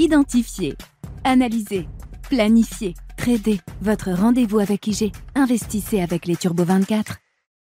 Identifier, analyser, planifier, trader. Votre rendez-vous avec IG. Investissez avec les Turbo 24.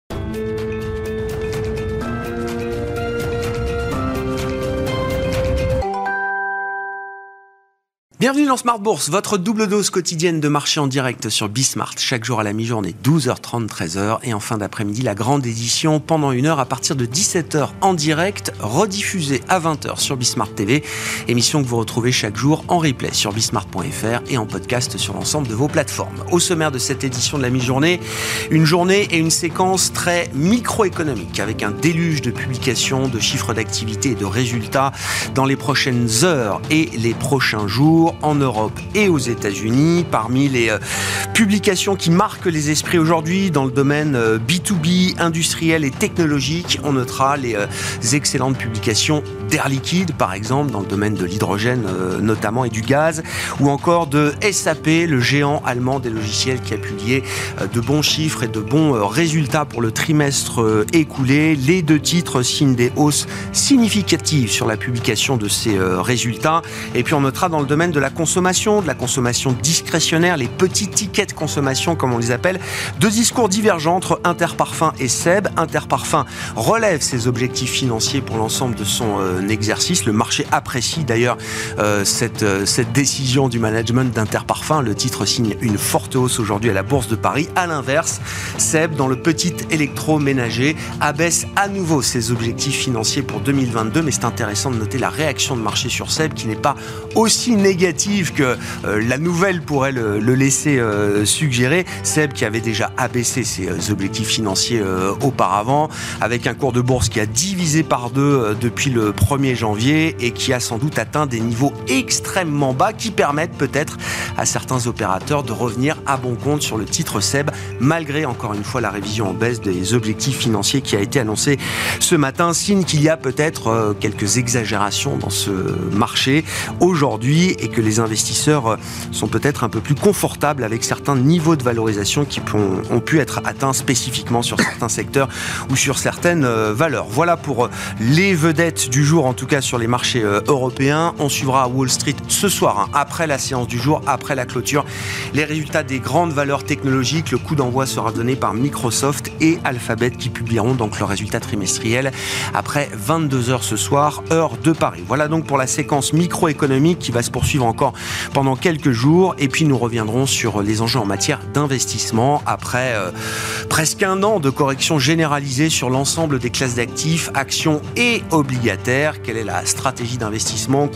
Bienvenue dans Smart Bourse, votre double dose quotidienne de marché en direct sur Bismart. Chaque jour à la mi-journée, 12h30, 13h. Et en fin d'après-midi, la grande édition pendant 1 heure à partir de 17h en direct, rediffusée à 20h sur Bismart TV. Émission que vous retrouvez chaque jour en replay sur bismart.fr et en podcast sur l'ensemble de vos plateformes. Au sommaire de cette édition de la mi-journée, une journée et une séquence très microéconomique avec un déluge de publications, de chiffres d'activité et de résultats dans les prochaines heures et les prochains jours. En Europe et aux États-Unis. Parmi les publications qui marquent les esprits aujourd'hui dans le domaine B2B, industriel et technologique, on notera les excellentes publications d'Air Liquide, par exemple, dans le domaine de l'hydrogène notamment et du gaz, ou encore de SAP, le géant allemand des logiciels qui a publié de bons chiffres et de bons résultats pour le trimestre écoulé. Les deux titres signent des hausses significatives sur la publication de ces résultats. Et puis on notera dans le domaine de la consommation discrétionnaire, les petits tickets de consommation comme on les appelle, deux discours divergents entre Interparfums et SEB. Interparfums relève ses objectifs financiers pour l'ensemble de son exercice. Le marché apprécie d'ailleurs cette décision du management d'Interparfums. Le titre signe une forte hausse aujourd'hui à la Bourse de Paris. À l'inverse, SEB, dans le petit électroménager, abaisse à nouveau ses objectifs financiers pour 2022, mais c'est intéressant de noter la réaction de marché sur SEB qui n'est pas aussi négative que la nouvelle pourrait le laisser suggérer. SEB qui avait déjà abaissé ses objectifs financiers auparavant, avec un cours de bourse qui a divisé par 2 depuis le 1er janvier et qui a sans doute atteint des niveaux extrêmement bas qui permettent peut-être à certains opérateurs de revenir à bon compte sur le titre SEB, malgré encore une fois la révision en baisse des objectifs financiers qui a été annoncée ce matin. Signe qu'il y a peut-être quelques exagérations dans ce marché aujourd'hui et que les investisseurs sont peut-être un peu plus confortables avec certains niveaux de valorisation qui ont pu être atteints spécifiquement sur certains secteurs ou sur certaines valeurs. Voilà pour les vedettes du jour, en tout cas sur les marchés européens. On suivra à Wall Street ce soir, après la séance du jour, après la clôture, les résultats des grandes valeurs technologiques. Le coup d'envoi sera donné par Microsoft et Alphabet qui publieront donc leurs résultats trimestriels après 22h ce soir, heure de Paris. Voilà donc pour la séquence microéconomique qui va se poursuivre encore pendant quelques jours, et puis nous reviendrons sur les enjeux en matière d'investissement après presque 1 an de correction généralisée sur l'ensemble des classes d'actifs, actions et obligataires. Quelle est la stratégie d'investissement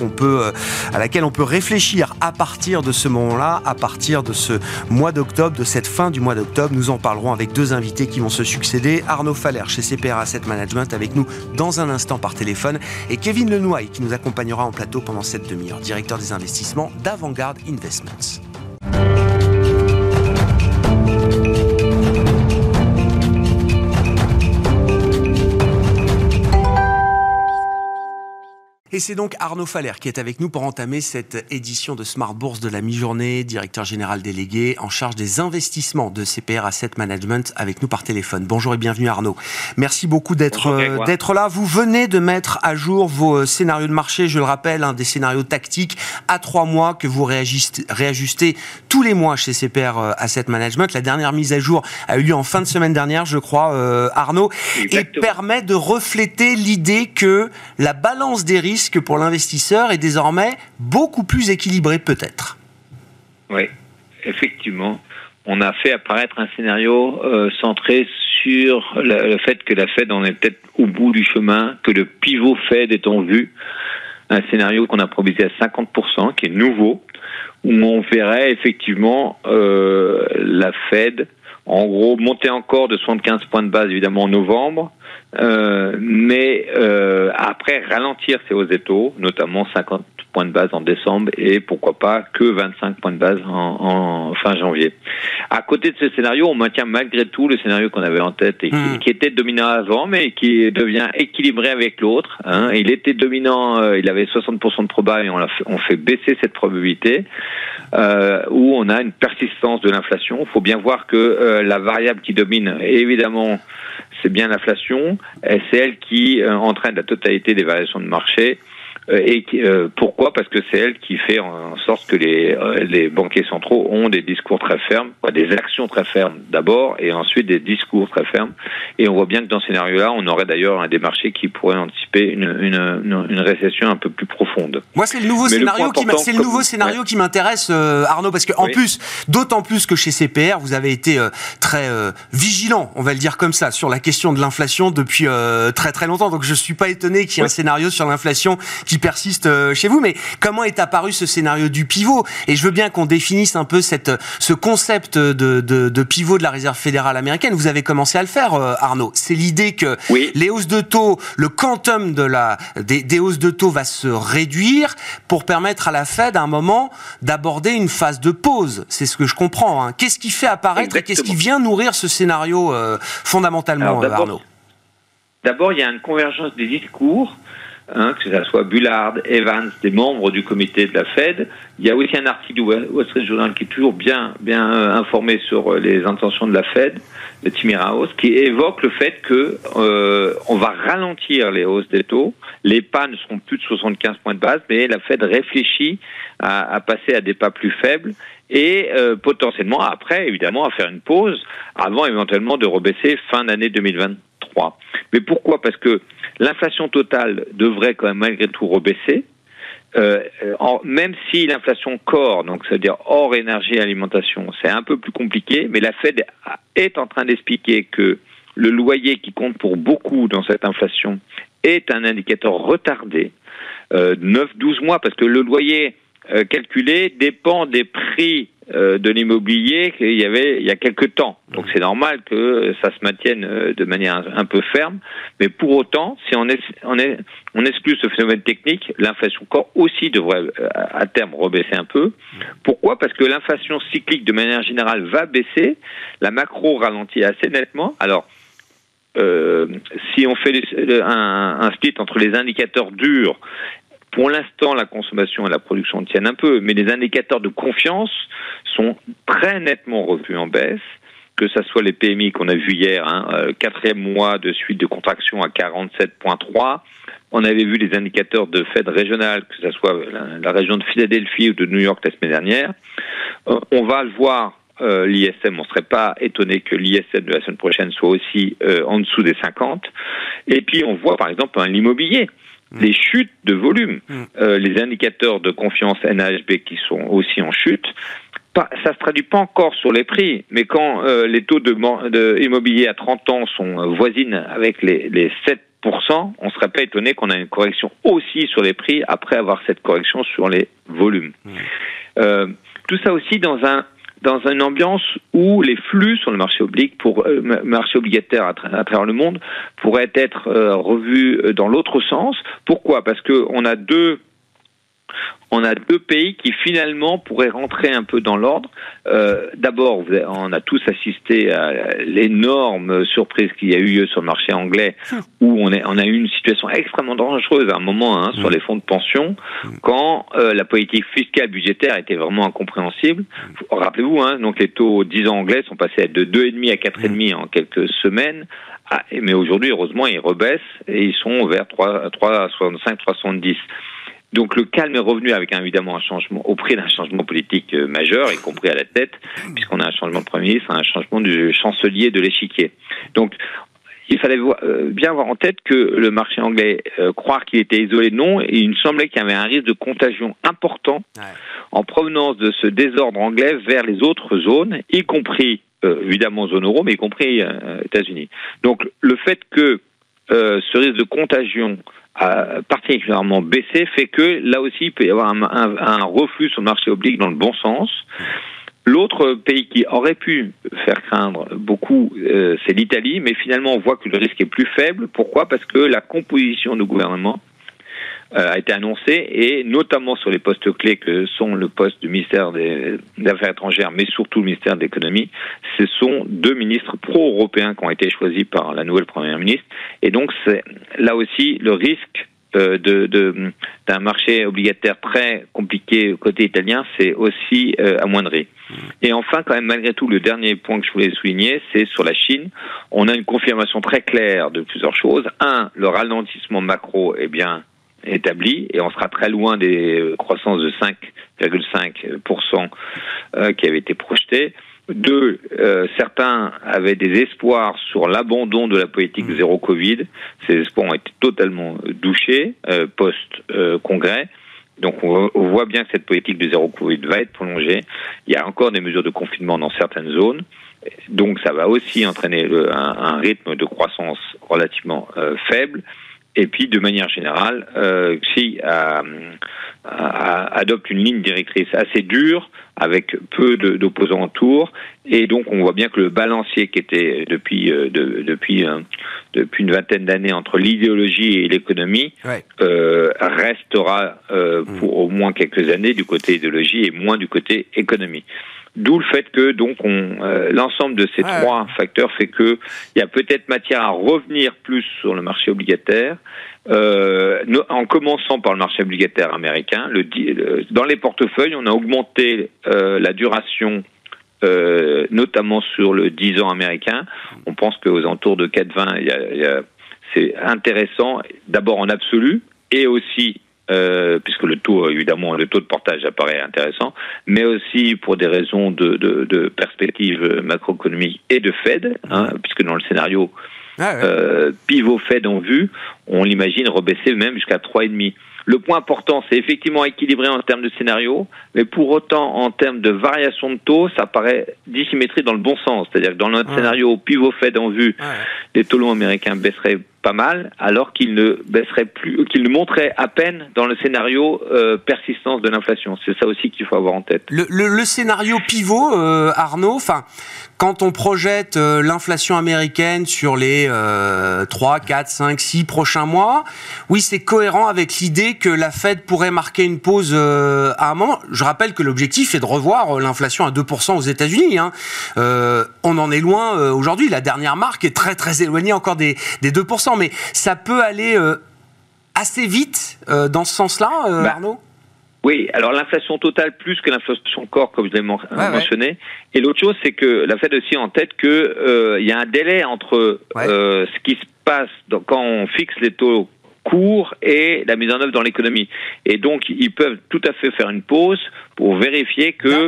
à laquelle on peut réfléchir à partir de ce moment-là, à partir de ce mois d'octobre, de cette fin du mois d'octobre? Nous en parlerons avec 2 invités qui vont se succéder. Arnaud Faller chez CPR Asset Management avec nous dans un instant par téléphone, et Kevin Lenouaille qui nous accompagnera en plateau pendant cette demi-heure, directeur des investissements d'Avantgarde Investments. Et c'est donc Arnaud Faller qui est avec nous pour entamer cette édition de Smart Bourse de la mi-journée, directeur général délégué en charge des investissements de CPR Asset Management, avec nous par téléphone. Bonjour et bienvenue Arnaud. Merci beaucoup d'être là. Vous venez de mettre à jour vos scénarios de marché, je le rappelle, des scénarios tactiques à 3 mois que vous réajustez tous les mois chez CPR Asset Management. La dernière mise à jour a eu lieu en fin de semaine dernière, je crois, Arnaud. Exactement. Et permet de refléter l'idée que la balance des risques que pour l'investisseur est désormais beaucoup plus équilibré peut-être. Oui, effectivement. On a fait apparaître un scénario centré sur le fait que la Fed en est peut-être au bout du chemin, que le pivot Fed est en vue. Un scénario qu'on a proposé à 50%, qui est nouveau, où on verrait effectivement la Fed, en gros, monter encore de 75 points de base, évidemment, en novembre, mais après ralentir ses hausses des taux, notamment 50 points de base en décembre et pourquoi pas que 25 points de base en fin janvier. À côté de ce scénario, on maintient malgré tout le scénario qu'on avait en tête et qui était dominant avant, mais qui devient équilibré avec l'autre. Il était dominant, il avait 60% de proba et on fait baisser cette probabilité, où on a une persistance de l'inflation. Il faut bien voir que la variable qui domine, évidemment, c'est bien l'inflation, et c'est elle qui entraîne la totalité des variations de marché. Pourquoi ? Parce que c'est elle qui fait en sorte que les banquiers centraux ont des discours très fermes, des actions très fermes d'abord, et ensuite des discours très fermes. Et on voit bien que dans ce scénario-là, on aurait d'ailleurs des marchés qui pourraient anticiper une récession un peu plus profonde. Moi, c'est le nouveau scénario qui m'intéresse, Arnaud, parce que d'autant plus que chez CPR, vous avez été très vigilant, on va le dire comme ça, sur la question de l'inflation depuis très très longtemps. Donc, je suis pas étonné qu'il y ait un scénario sur l'inflation qui persiste chez vous, mais comment est apparu ce scénario du pivot ? Et je veux bien qu'on définisse un peu ce concept de pivot de la Réserve fédérale américaine. Vous avez commencé à le faire, Arnaud. C'est l'idée que les hausses de taux, le quantum des hausses de taux va se réduire pour permettre à la Fed, à un moment, d'aborder une phase de pause. C'est ce que je comprends. Hein. Qu'est-ce qui fait apparaître et qu'est-ce qui vient nourrir ce scénario fondamentalement, Arnaud ? D'abord, il y a une convergence des discours. Que ce soit Bullard, Evans, des membres du comité de la Fed. Il y a aussi un article du Wall Street Journal qui est toujours bien informé sur les intentions de la Fed, de Tim House, qui évoque le fait que on va ralentir les hausses des taux. Les pas ne seront plus de 75 points de base, mais la Fed réfléchit à passer à des pas plus faibles et potentiellement après, évidemment, à faire une pause avant éventuellement de rebaisser fin d'année 2023. Mais pourquoi ? Parce que l'inflation totale devrait quand même malgré tout rebaisser, même si l'inflation core, donc c'est-à-dire hors énergie et alimentation, c'est un peu plus compliqué, mais la Fed est en train d'expliquer que le loyer qui compte pour beaucoup dans cette inflation est un indicateur retardé, 9-12 mois, parce que le loyer calculé dépend des prix de l'immobilier qu'il y avait il y a quelques temps. Donc c'est normal que ça se maintienne de manière un peu ferme, mais pour autant, si on exclut ce phénomène technique, l'inflation corps aussi devrait à terme rebaisser un peu. Pourquoi ? Parce que l'inflation cyclique de manière générale va baisser, la macro ralentit assez nettement. Alors si on fait un split entre les indicateurs durs, pour l'instant, la consommation et la production tiennent un peu, mais les indicateurs de confiance sont très nettement revus en baisse, que ce soit les PMI qu'on a vu hier, quatrième mois de suite de contraction à 47,3. On avait vu les indicateurs de Fed régional, que ce soit la région de Philadelphie ou de New York la semaine dernière. On va le voir, l'ISM, on ne serait pas étonné que l'ISM de la semaine prochaine soit aussi en dessous des 50. Et puis on voit par exemple l'immobilier. Les chutes de volume, les indicateurs de confiance NAHB qui sont aussi en chute, ça se traduit pas encore sur les prix, mais quand les taux de immobilier à 30 ans sont voisines avec les 7%, on serait pas étonné qu'on a une correction aussi sur les prix après avoir cette correction sur les volumes. Tout ça aussi dans une ambiance où les flux sur le marché marché obligataire à travers le monde pourraient être revus dans l'autre sens. Pourquoi ? Parce que on a deux pays qui finalement pourraient rentrer un peu dans l'ordre. D'abord, on a tous assisté à l'énorme surprise qu'il y a eu lieu sur le marché anglais, où on a eu une situation extrêmement dangereuse à un moment sur les fonds de pension, quand la politique fiscale budgétaire était vraiment incompréhensible. Rappelez-vous, donc les taux 10 ans anglais sont passés de 2,5 à 4,5 en quelques semaines. Mais aujourd'hui, heureusement, ils rebaissent et ils sont vers 3,65, 3,70. Donc le calme est revenu avec évidemment un changement au prix d'un changement politique majeur, y compris à la tête, puisqu'on a un changement de Premier ministre, un changement du chancelier de l'échiquier. Donc il fallait bien avoir en tête que le marché anglais, croire qu'il était isolé, non, et il me semblait qu'il y avait un risque de contagion important en provenance de ce désordre anglais vers les autres zones, y compris évidemment zone euro, mais y compris États-Unis. Donc le fait que ce risque de contagion a particulièrement baissé fait que là aussi il peut y avoir un reflux sur le marché oblige dans le bon sens. L'autre pays qui aurait pu faire craindre beaucoup, c'est l'Italie, mais finalement on voit que le risque est plus faible. Pourquoi ? Parce que la composition du gouvernement a été annoncée, et notamment sur les postes clés que sont le poste du ministère des Affaires étrangères, mais surtout le ministère de l'économie, ce sont deux ministres pro-européens qui ont été choisis par la nouvelle première ministre, et donc c'est là aussi le risque d'un marché obligataire très compliqué côté italien, c'est aussi amoindri. Et enfin, quand même, malgré tout, le dernier point que je voulais souligner, c'est sur la Chine. On a une confirmation très claire de plusieurs choses. Le ralentissement macro, établi, et on sera très loin des croissances de 5,5% qui avaient été projetées. 2, certains avaient des espoirs sur l'abandon de la politique de zéro Covid. Ces espoirs ont été totalement douchés post-congrès. Donc on voit bien que cette politique de zéro Covid va être prolongée. Il y a encore des mesures de confinement dans certaines zones. Donc ça va aussi entraîner un rythme de croissance relativement faible. Et puis, de manière générale, Xi adopte une ligne directrice assez dure, avec peu d'opposants autour, et donc on voit bien que le balancier qui était depuis une vingtaine d'années entre l'idéologie et l'économie restera pour au moins quelques années du côté idéologie et moins du côté économie. D'où le fait que donc l'ensemble de ces trois facteurs fait que il y a peut-être matière à revenir plus sur le marché obligataire, en commençant par le marché obligataire américain. Dans les portefeuilles, on a augmenté la duration, notamment sur le 10 ans américain. On pense qu'aux alentours de 4,20, c'est intéressant, d'abord en absolu et aussi puisque le taux, évidemment, le taux de portage apparaît intéressant, mais aussi pour des raisons de perspective macroéconomique et de Fed, puisque dans le scénario pivot Fed en vue, on l'imagine rebaisser même jusqu'à 3,5. Le point important, c'est effectivement équilibré en termes de scénario, mais pour autant, en termes de variation de taux, ça paraît dissymétrie dans le bon sens. C'est-à-dire que dans notre scénario pivot Fed en vue, les taux longs américains baisseraient pas mal, alors qu'ils ne baisseraient plus, qu'ils ne monteraient à peine dans le scénario persistance de l'inflation. C'est ça aussi qu'il faut avoir en tête. Le scénario pivot, Arnaud, quand on projette l'inflation américaine sur les 3, 4, 5, 6 prochains mois, oui, c'est cohérent avec l'idée que la Fed pourrait marquer une pause à un moment. Je rappelle que l'objectif est de revoir l'inflation à 2% aux États-Unis. On en est loin aujourd'hui. La dernière marque est très très éloignée encore des 2%. Mais ça peut aller assez vite dans ce sens-là, Arnaud ? Oui, alors l'inflation totale plus que l'inflation corps, comme je l'ai mentionné. Et l'autre chose, c'est que la Fed aussi en tête que y a un délai entre ce qui se passe quand on fixe les taux courts et la mise en œuvre dans l'économie. Et donc, ils peuvent tout à fait faire une pause pour vérifier que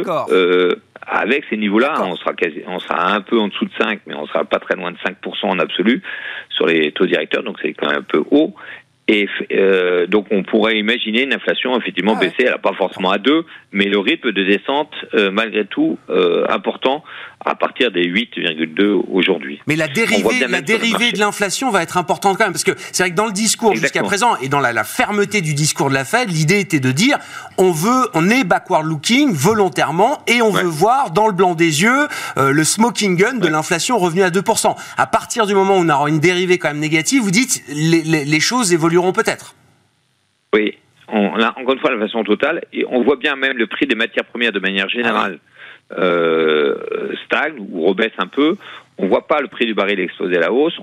avec ces niveaux-là, on sera un peu en dessous de 5, mais on sera pas très loin de 5% en absolu sur les taux directeurs, donc c'est quand même un peu haut. Et donc on pourrait imaginer une inflation effectivement baisser, elle n'a pas forcément à 2, mais le rythme de descente malgré tout important à partir des 8,2 aujourd'hui. Mais la dérivée de l'inflation va être importante quand même, parce que c'est vrai que dans le discours jusqu'à présent et dans la fermeté du discours de la Fed, l'idée était de dire on est backward looking volontairement et on veut voir dans le blanc des yeux le smoking gun de l'inflation revenue à 2%. À partir du moment où on aura une dérivée quand même négative, vous dites les choses évolueront peut-être. Oui, encore une fois, l'inflation totale, et on voit bien même le prix des matières premières de manière générale stagne ou rebaisse un peu. On voit pas le prix du baril exploser à la hausse.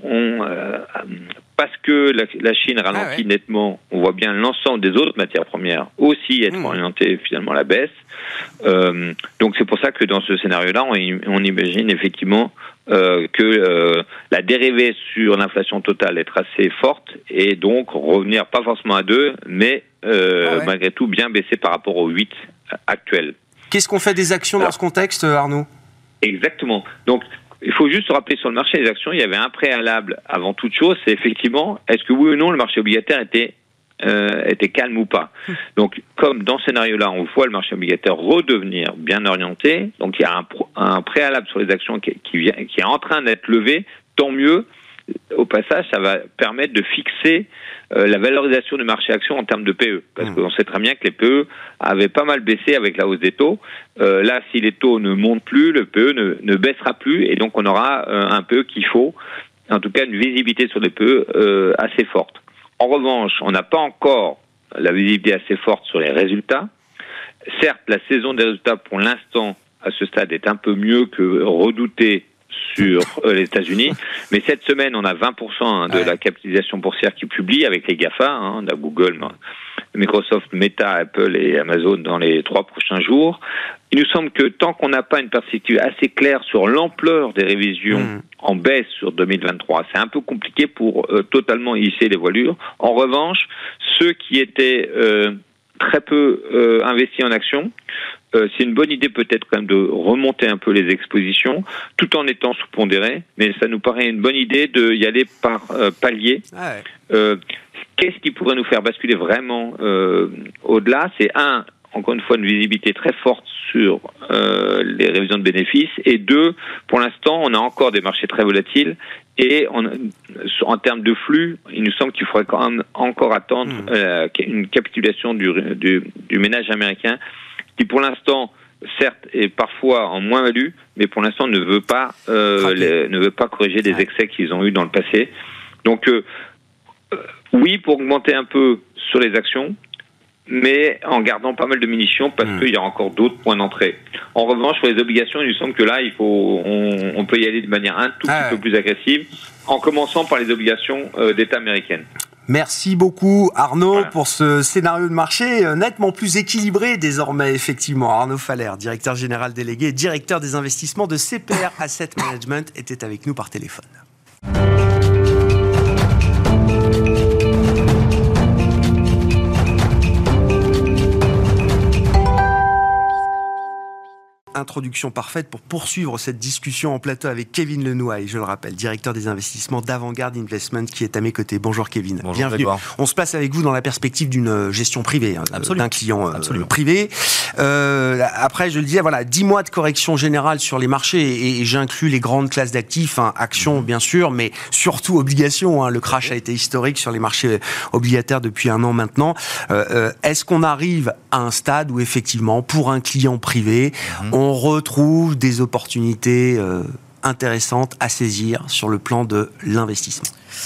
Parce que la Chine ralentit nettement, on voit bien l'ensemble des autres matières premières aussi être orientées finalement à la baisse. Donc c'est pour ça que dans ce scénario-là, on imagine effectivement que la dérivée sur l'inflation totale est assez forte et donc revenir pas forcément à 2, mais malgré tout bien baisser par rapport aux 8 actuels. Qu'est-ce qu'on fait des actions dans ce contexte, Arnaud ? Exactement. Donc il faut juste se rappeler sur le marché des actions, il y avait un préalable avant toute chose, c'est effectivement, est-ce que oui ou non le marché obligataire était calme ou pas. Donc, comme dans ce scénario-là, on voit le marché obligataire redevenir bien orienté, donc il y a un préalable sur les actions qui est en train d'être levé, tant mieux. Au passage, ça va permettre de fixer la valorisation du marché action en termes de PE. Parce qu'on sait très bien que les PE avaient pas mal baissé avec la hausse des taux. Là, si les taux ne montent plus, le PE ne baissera plus. Et donc, on aura un PE qu'il faut, en tout cas une visibilité sur les PE assez forte. En revanche, on n'a pas encore la visibilité assez forte sur les résultats. Certes, la saison des résultats, pour l'instant, à ce stade, est un peu mieux que redouté sur les États-Unis. Mais cette semaine, on a 20% de la capitalisation boursière qui publie avec les GAFA, on a Google, Microsoft, Meta, Apple et Amazon dans les 3 prochains jours. Il nous semble que tant qu'on n'a pas une perspective assez claire sur l'ampleur des révisions en baisse sur 2023, c'est un peu compliqué pour totalement hisser les voilures. En revanche, ceux qui étaient très peu investis en actions, c'est une bonne idée peut-être quand même de remonter un peu les expositions, tout en étant sous-pondéré, mais ça nous paraît une bonne idée d'y aller par palier. Qu'est-ce qui pourrait nous faire basculer vraiment au-delà ? C'est encore une fois, une visibilité très forte sur les révisions de bénéfices, et 2, pour l'instant, on a encore des marchés très volatiles, et en termes de flux, il nous semble qu'il faudrait quand même encore attendre une capitulation du ménage américain, qui pour l'instant, certes, est parfois en moins-value, mais pour l'instant ne veut pas corriger des excès qu'ils ont eu dans le passé. Donc, oui, pour augmenter un peu sur les actions, mais en gardant pas mal de munitions parce qu'il y a encore d'autres points d'entrée. En revanche, sur les obligations, il nous semble que là, on peut y aller de manière un tout petit peu plus agressive, en commençant par les obligations d'État américaines. Merci beaucoup Arnaud pour ce scénario de marché nettement plus équilibré désormais, effectivement. Arnaud Faller, directeur général délégué et directeur des investissements de CPR Asset Management, était avec nous par téléphone. Introduction parfaite pour poursuivre cette discussion en plateau avec Kevin Lenouaille, je le rappelle, directeur des investissements d'Avantgarde Investment, qui est à mes côtés. Bonjour Kevin. Bonjour, bienvenue. Grégoire. On se place avec vous dans la perspective d'une gestion privée, d'un client privé. Après, je le disais, 10 mois de correction générale sur les marchés, et j'inclus les grandes classes d'actifs, actions bien sûr, mais surtout obligations. Le crash a été historique sur les marchés obligataires depuis 1 an maintenant. Est-ce qu'on arrive à un stade où effectivement, pour un client privé, on retrouve des opportunités intéressantes à saisir sur le plan de l'investissement?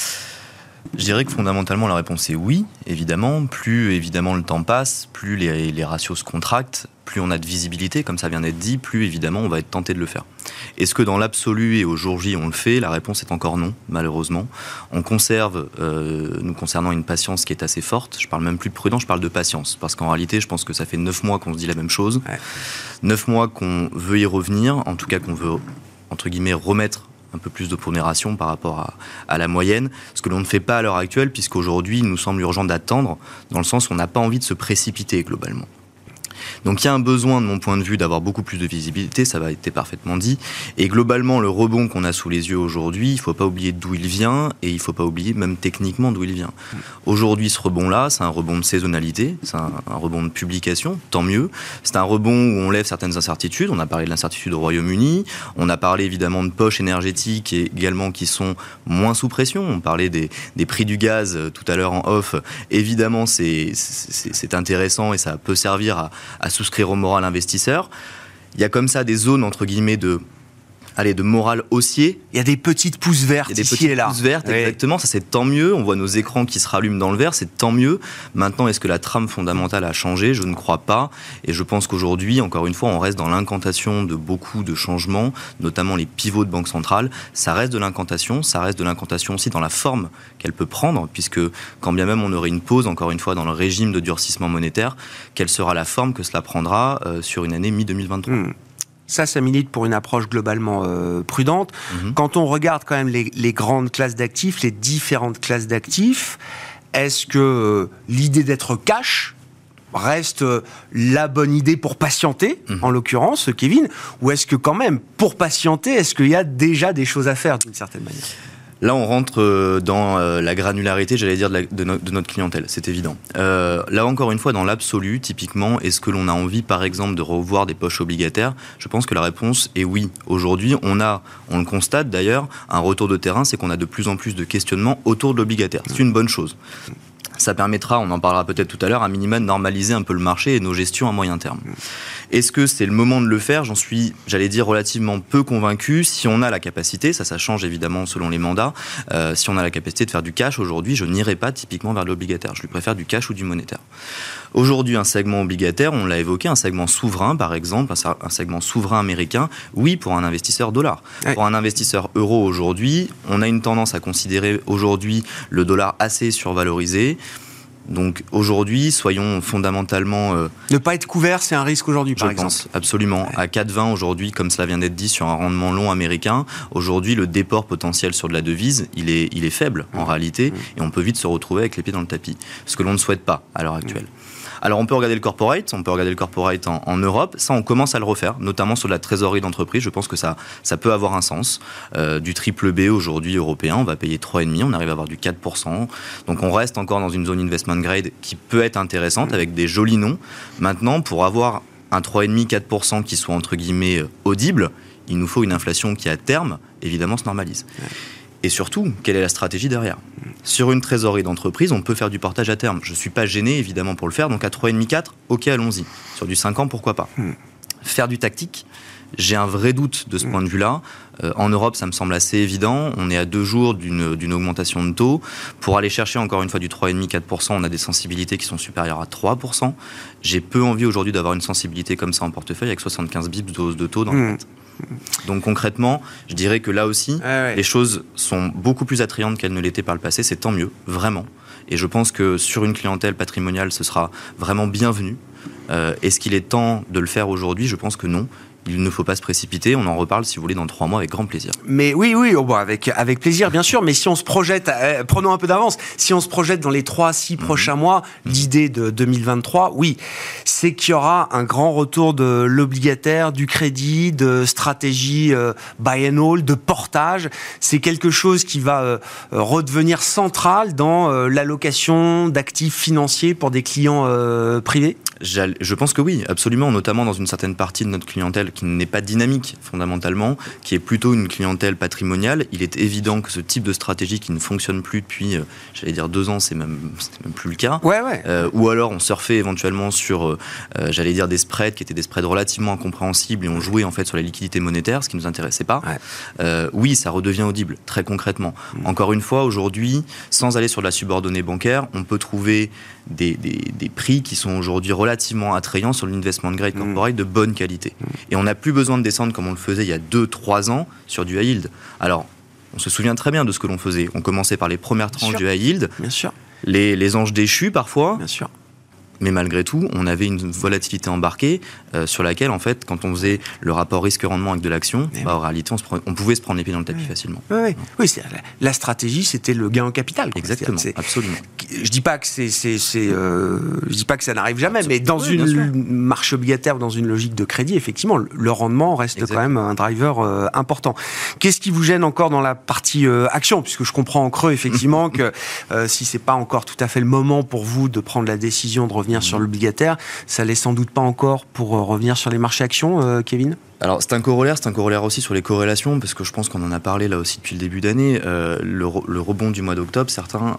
Je dirais que fondamentalement la réponse est oui, évidemment. Plus évidemment le temps passe, plus les ratios se contractent, plus on a de visibilité, comme ça vient d'être dit, plus évidemment on va être tenté de le faire. Est-ce que dans l'absolu et au jour J on le fait ? La réponse est encore non, malheureusement. On conserve, nous concernant, une patience qui est assez forte. Je parle même plus de prudence, je parle de patience. Parce qu'en réalité, je pense que ça fait 9 mois qu'on se dit la même chose. 9 mois qu'on veut y revenir, en tout cas qu'on veut, entre guillemets, remettre un peu plus de pondération par rapport à la moyenne, ce que l'on ne fait pas à l'heure actuelle, puisqu'aujourd'hui, il nous semble urgent d'attendre, dans le sens où on n'a pas envie de se précipiter globalement. Donc il y a un besoin, de mon point de vue, d'avoir beaucoup plus de visibilité, ça va être parfaitement dit. Et globalement, le rebond qu'on a sous les yeux aujourd'hui, il ne faut pas oublier d'où il vient, et il ne faut pas oublier même techniquement d'où il vient. Aujourd'hui, ce rebond-là, c'est un rebond de saisonnalité, c'est un rebond de publication, tant mieux. C'est un rebond où on lève certaines incertitudes. On a parlé de l'incertitude au Royaume-Uni, on a parlé évidemment de poches énergétiques également qui sont moins sous pression. On parlait des prix du gaz tout à l'heure en off. Évidemment, c'est intéressant et ça peut servir à souscrire au moral investisseur. Il y a comme ça des zones, entre guillemets, de morale haussier. Il y a des petites pousses vertes ici et là. Pousses vertes, exactement. Ça, c'est tant mieux. On voit nos écrans qui se rallument dans le vert, c'est tant mieux. Maintenant, est-ce que la trame fondamentale a changé ? Je ne crois pas. Et je pense qu'aujourd'hui, encore une fois, on reste dans l'incantation de beaucoup de changements, notamment les pivots de banque centrale. Ça reste de l'incantation. Ça reste de l'incantation aussi dans la forme qu'elle peut prendre, puisque quand bien même on aurait une pause, encore une fois, dans le régime de durcissement monétaire, quelle sera la forme que cela prendra sur une année mi-2023 ? Ça milite pour une approche globalement prudente. Quand on regarde quand même les grandes classes d'actifs, les différentes classes d'actifs, est-ce que l'idée d'être cash reste la bonne idée pour patienter, en l'occurrence, Kevin, ou est-ce que quand même, pour patienter, est-ce qu'il y a déjà des choses à faire d'une certaine manière ? Là, on rentre dans la granularité, j'allais dire, de notre clientèle, c'est évident. Là, encore une fois, dans l'absolu, typiquement, est-ce que l'on a envie, par exemple, de revoir des poches obligataires ? Je pense que la réponse est oui. Aujourd'hui, on le constate d'ailleurs, un retour de terrain, c'est qu'on a de plus en plus de questionnements autour de l'obligataire. C'est une bonne chose. Ça permettra, on en parlera peut-être tout à l'heure, à minima de normaliser un peu le marché et nos gestions à moyen terme. Est-ce que c'est le moment de le faire ? J'en suis, j'allais dire, relativement peu convaincu. Si on a la capacité, ça change évidemment selon les mandats, si on a la capacité de faire du cash aujourd'hui, je n'irai pas typiquement vers l'obligataire. Je lui préfère du cash ou du monétaire. Aujourd'hui, un segment obligataire, on l'a évoqué, un segment souverain, par exemple, un segment souverain américain, oui, pour un investisseur dollar. Ouais. Pour un investisseur euro aujourd'hui, on a une tendance à considérer aujourd'hui le dollar assez survalorisé. Donc aujourd'hui, soyons fondamentalement... Ne pas être couvert, c'est un risque aujourd'hui, par exemple. Je pense, absolument. À 4,20 aujourd'hui, comme cela vient d'être dit, sur un rendement long américain, aujourd'hui, le déport potentiel sur de la devise, il est faible, en réalité, et on peut vite se retrouver avec les pieds dans le tapis. Ce que l'on ne souhaite pas à l'heure actuelle. Alors on peut regarder le corporate, en Europe, ça on commence à le refaire, notamment sur la trésorerie d'entreprise, je pense que ça peut avoir un sens. Du triple B aujourd'hui européen, on va payer 3,5, on arrive à avoir du 4%, donc on reste encore dans une zone investment grade qui peut être intéressante avec des jolis noms. Maintenant, pour avoir un 3,5-4% qui soit entre guillemets audible, il nous faut une inflation qui à terme, évidemment, se normalise. Et surtout, quelle est la stratégie derrière ? Sur une trésorerie d'entreprise, on peut faire du portage à terme. Je ne suis pas gêné, évidemment, pour le faire. Donc à 3,5-4, ok, allons-y. Sur du 5 ans, pourquoi pas ? Faire du tactique, j'ai un vrai doute de ce point de vue-là. En Europe, ça me semble assez évident. On est à 2 jours d'une augmentation de taux. Pour aller chercher encore une fois du 3,5-4%, on a des sensibilités qui sont supérieures à 3%. J'ai peu envie aujourd'hui d'avoir une sensibilité comme ça en portefeuille avec 75 bips de hausse de taux dans le net. Donc concrètement, je dirais que là aussi, les choses sont beaucoup plus attrayantes qu'elles ne l'étaient par le passé. C'est tant mieux, vraiment. Et je pense que sur une clientèle patrimoniale, ce sera vraiment bienvenu. Est-ce qu'il est temps de le faire aujourd'hui ? Je pense que non. Il ne faut pas se précipiter, on en reparle si vous voulez dans 3 mois avec grand plaisir. Mais oui, avec plaisir bien sûr, mais si on se projette, prenons un peu d'avance, si on se projette dans les 3-6 prochains mois, l'idée de 2023, oui, c'est qu'il y aura un grand retour de l'obligataire, du crédit, de stratégie buy and hold, de portage. C'est quelque chose qui va redevenir central dans l'allocation d'actifs financiers pour des clients privés. Je pense que oui, absolument, notamment dans une certaine partie de notre clientèle qui n'est pas dynamique fondamentalement, qui est plutôt une clientèle patrimoniale. Il est évident que ce type de stratégie qui ne fonctionne plus depuis, 2 ans, c'est même plus le cas. Ou alors on surfait éventuellement sur, des spreads qui étaient des spreads relativement incompréhensibles et on jouait en fait sur la liquidité monétaire, ce qui ne nous intéressait pas. Oui, ça redevient audible, très concrètement. Encore une fois, aujourd'hui, sans aller sur de la subordonnée bancaire, on peut trouver des prix qui sont aujourd'hui relativement attrayants sur l'investment grade corporate de bonne qualité. Et on n'a plus besoin de descendre comme on le faisait il y a 2-3 ans sur du high yield. Alors, on se souvient très bien de ce que l'on faisait. On commençait par les premières tranches du high yield, les anges déchus parfois. Bien sûr. Mais malgré tout, on avait une volatilité embarquée sur laquelle, en fait, quand on faisait le rapport risque-rendement avec de l'action, en réalité, on pouvait se prendre les pieds dans le tapis facilement. Oui, la stratégie, c'était le gain en capital. Exactement, absolument. Je dis pas que je dis pas que ça n'arrive jamais, mais dans une marche obligataire ou dans une logique de crédit, effectivement, le rendement reste quand même un driver important. Qu'est-ce qui vous gêne encore dans la partie action, puisque je comprends en creux effectivement que si c'est pas encore tout à fait le moment pour vous de prendre la décision de revenir sur l'obligataire, ça l'est sans doute pas encore pour revenir sur les marchés actions, Kevin ? Alors c'est un corollaire aussi sur les corrélations, parce que je pense qu'on en a parlé là aussi depuis le début d'année. Le rebond du mois d'octobre,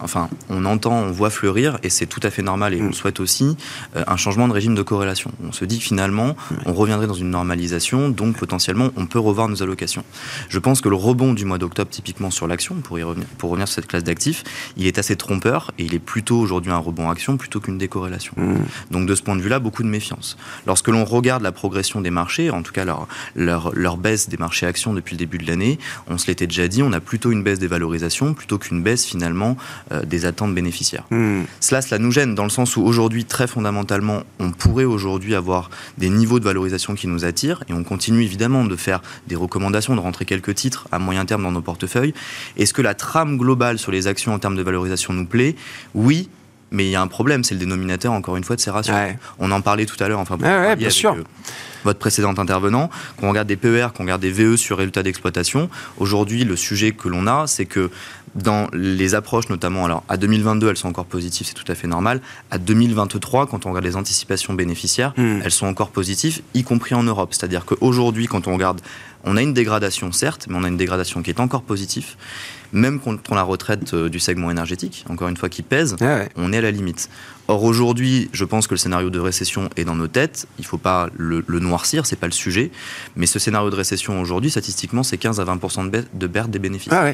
on voit fleurir, et c'est tout à fait normal, et on souhaite aussi un changement de régime de corrélation. On se dit que finalement, on reviendrait dans une normalisation, donc potentiellement, on peut revoir nos allocations. Je pense que le rebond du mois d'octobre, typiquement sur l'action, pour revenir sur cette classe d'actifs, il est assez trompeur, et il est plutôt aujourd'hui un rebond action plutôt qu'une décorrélation. Donc de ce point de vue-là, beaucoup de méfiance. Lorsque l'on regarde la progression des marchés, en tout cas leur baisse des marchés actions depuis le début de l'année, on se l'était déjà dit, on a plutôt une baisse des valorisations plutôt qu'une baisse finalement des attentes bénéficiaires. Cela nous gêne dans le sens où aujourd'hui, très fondamentalement, on pourrait aujourd'hui avoir des niveaux de valorisation qui nous attirent, et on continue évidemment de faire des recommandations, de rentrer quelques titres à moyen terme dans nos portefeuilles. Est-ce que la trame globale sur les actions en termes de valorisation nous plaît ? Oui. Mais il y a un problème, c'est le dénominateur, encore une fois, de ces ratios. On en parlait tout à l'heure, bien sûr. Votre précédent intervenant, qu'on regarde des PER, qu'on regarde des VE sur résultats d'exploitation. Aujourd'hui, le sujet que l'on a, c'est que dans les approches, notamment, alors à 2022, elles sont encore positives, c'est tout à fait normal. À 2023, quand on regarde les anticipations bénéficiaires, elles sont encore positives, y compris en Europe. C'est-à-dire qu'aujourd'hui, quand on regarde, on a une dégradation, certes, mais on a une dégradation qui est encore positive. Même contre la retraite du segment énergétique, encore une fois, qui pèse, on est à la limite. Or, aujourd'hui, je pense que le scénario de récession est dans nos têtes. Il ne faut pas le noircir, ce n'est pas le sujet. Mais ce scénario de récession, aujourd'hui, statistiquement, c'est 15 à 20% de perte des bénéfices.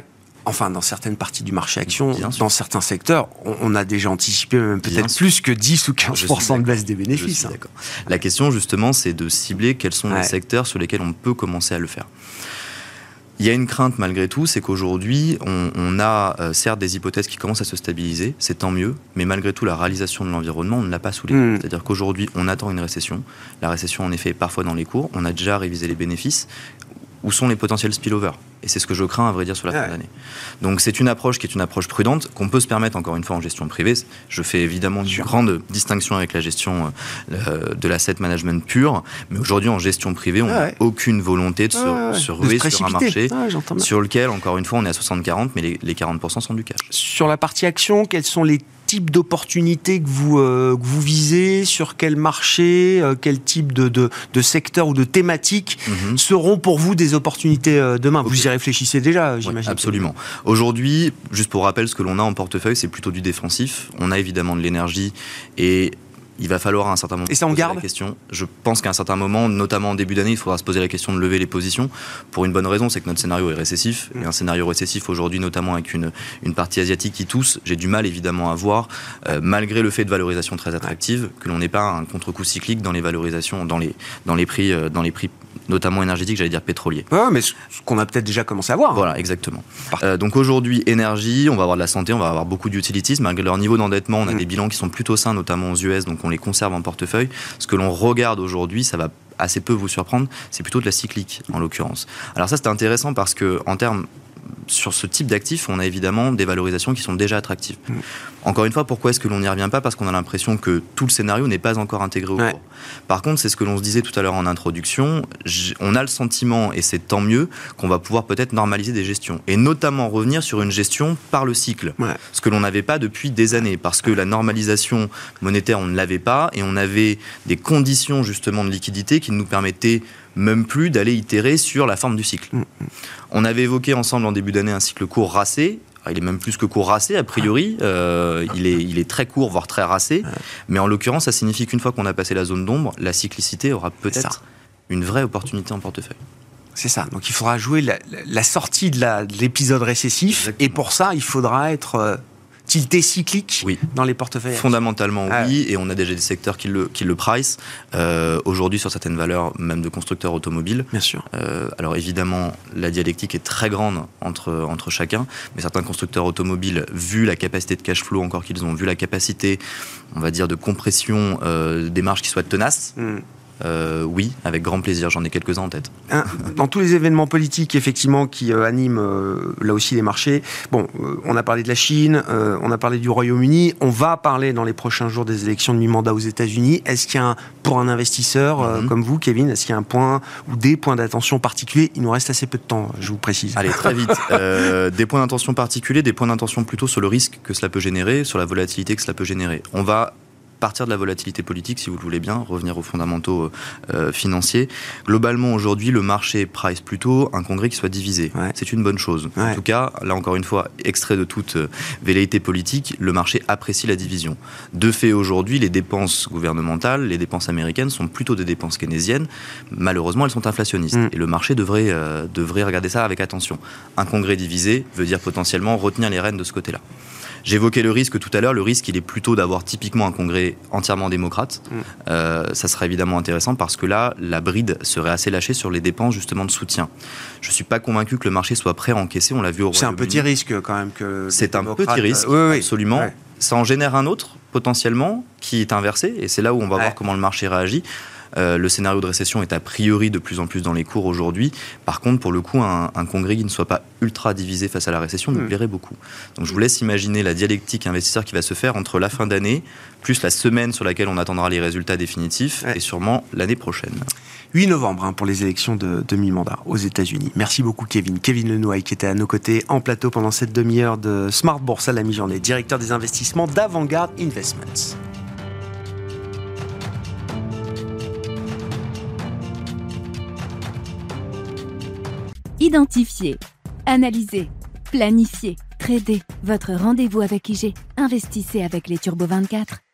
enfin dans certaines parties du marché action, dans certains secteurs, on a déjà anticipé même peut-être plus que 10 ou 15% de baisse des bénéfices. D'accord. La question justement, c'est de cibler quels sont les secteurs sur lesquels on peut commencer à le faire. Il y a une crainte malgré tout, c'est qu'aujourd'hui, on a certes des hypothèses qui commencent à se stabiliser, c'est tant mieux, mais malgré tout, la réalisation de l'environnement, on ne l'a pas sous les yeux. C'est-à-dire qu'aujourd'hui, on attend une récession. La récession, en effet, est parfois dans les cours. On a déjà révisé les bénéfices. Où sont les potentiels spillover ? Et c'est ce que je crains, à vrai dire, sur la fin d'année. Donc c'est une approche qui est une approche prudente, qu'on peut se permettre, encore une fois, en gestion privée. Je fais évidemment une grande distinction avec la gestion de l'asset management pure, mais aujourd'hui, en gestion privée, on n'a aucune volonté de se ruer sur un marché sur lequel, encore une fois, on est à 60-40, mais les 40% sont du cash. Sur la partie action, quels sont les types d'opportunités que vous visez, sur quel marché, quel type de secteur ou de thématique seront pour vous des opportunités demain ? Vous y réfléchissez déjà, j'imagine. Absolument. Aujourd'hui, juste pour rappel, ce que l'on a en portefeuille, c'est plutôt du défensif. On a évidemment de l'énergie et il va falloir à un certain moment se poser la question. Je pense qu'à un certain moment, notamment en début d'année, il faudra se poser la question de lever les positions pour une bonne raison, c'est que notre scénario est récessif. Et un scénario récessif aujourd'hui, notamment avec une partie asiatique qui tousse, j'ai du mal évidemment à voir, malgré le fait de valorisation très attractive, que l'on n'ait pas un contre-coup cyclique dans les valorisations, dans les prix notamment énergétiques, j'allais dire pétroliers. Ouais, mais ce qu'on a peut-être déjà commencé à voir. Voilà, exactement. Donc aujourd'hui, énergie, on va avoir de la santé, on va avoir beaucoup d'utilities. Malgré leur niveau d'endettement, on a des bilans qui sont plutôt sains, notamment aux US, donc on les conserve en portefeuille. Ce que l'on regarde aujourd'hui, ça va assez peu vous surprendre, c'est plutôt de la cyclique, en l'occurrence. Alors ça, c'est intéressant parce que, en termes sur ce type d'actifs, on a évidemment des valorisations qui sont déjà attractives. Encore une fois, pourquoi est-ce que l'on n'y revient pas ? Parce qu'on a l'impression que tout le scénario n'est pas encore intégré au cours. Par contre, c'est ce que l'on se disait tout à l'heure en introduction, on a le sentiment, et c'est tant mieux, qu'on va pouvoir peut-être normaliser des gestions. Et notamment revenir sur une gestion par le cycle. Ce que l'on n'avait pas depuis des années. Parce que la normalisation monétaire, on ne l'avait pas, et on avait des conditions justement de liquidité qui nous permettaient même plus d'aller itérer sur la forme du cycle. On avait évoqué ensemble en début d'année un cycle court racé. Il est même plus que court racé, a priori. Il est très court, voire très racé. Mais en l'occurrence, ça signifie qu'une fois qu'on a passé la zone d'ombre, la cyclicité aura peut-être une vraie opportunité en portefeuille. C'est ça. Donc il faudra jouer la sortie de l'épisode récessif. Exactement. Et pour ça, il faudra être tilté cyclique dans les portefeuilles. Fondamentalement, oui. Et on a déjà des secteurs qui le price. Aujourd'hui, sur certaines valeurs, même de constructeurs automobiles. Bien sûr. Alors évidemment, la dialectique est très grande entre chacun. Mais certains constructeurs automobiles, vu la capacité de cash flow encore qu'ils ont, vu la capacité, on va dire, de compression des marges qui soient tenaces, oui, avec grand plaisir, j'en ai quelques-uns en tête. Dans tous les événements politiques, effectivement, qui animent là aussi les marchés, on a parlé de la Chine, on a parlé du Royaume-Uni, on va parler dans les prochains jours des élections de mi-mandat aux États-Unis. Est-ce qu'il y a pour un investisseur comme vous, Kevin, est-ce qu'il y a un point ou des points d'attention particuliers ? Il nous reste assez peu de temps, je vous précise. Allez, très vite. Des points d'attention particuliers, des points d'attention plutôt sur le risque que cela peut générer, sur la volatilité que cela peut générer. On va partir de la volatilité politique, si vous le voulez bien, revenir aux fondamentaux financiers. Globalement, aujourd'hui, le marché price plutôt un congrès qui soit divisé. C'est une bonne chose. En tout cas, là encore une fois, extrait de toute velléité politique, le marché apprécie la division. De fait, aujourd'hui, les dépenses gouvernementales, les dépenses américaines sont plutôt des dépenses keynésiennes. Malheureusement, elles sont inflationnistes. Et le marché devrait regarder ça avec attention. Un congrès divisé veut dire potentiellement retenir les rênes de ce côté-là. J'évoquais le risque tout à l'heure. Le risque, il est plutôt d'avoir typiquement un congrès entièrement démocrate. Ça serait évidemment intéressant parce que là, la bride serait assez lâchée sur les dépenses justement de soutien. Je ne suis pas convaincu que le marché soit prêt à encaisser. On l'a vu au Royaume-Uni. C'est un petit risque quand même que. C'est un petit risque, absolument. Ça en génère un autre, potentiellement, qui est inversé. Et c'est là où on va voir comment le marché réagit. Le scénario de récession est a priori de plus en plus dans les cours aujourd'hui. Par contre, pour le coup, un congrès qui ne soit pas ultra divisé face à la récession me plairait beaucoup. Donc je vous laisse imaginer la dialectique investisseur qui va se faire entre la fin d'année, plus la semaine sur laquelle on attendra les résultats définitifs, et sûrement l'année prochaine. 8 novembre pour les élections de mi-mandat aux États-Unis. Merci beaucoup Kevin. Kevin Lenouaille qui était à nos côtés en plateau pendant cette demi-heure de Smart Bourse à la mi-journée, directeur des investissements d'Avantgarde Investments. Identifiez, analysez, planifiez, tradez. Votre rendez-vous avec IG. Investissez avec les Turbo 24.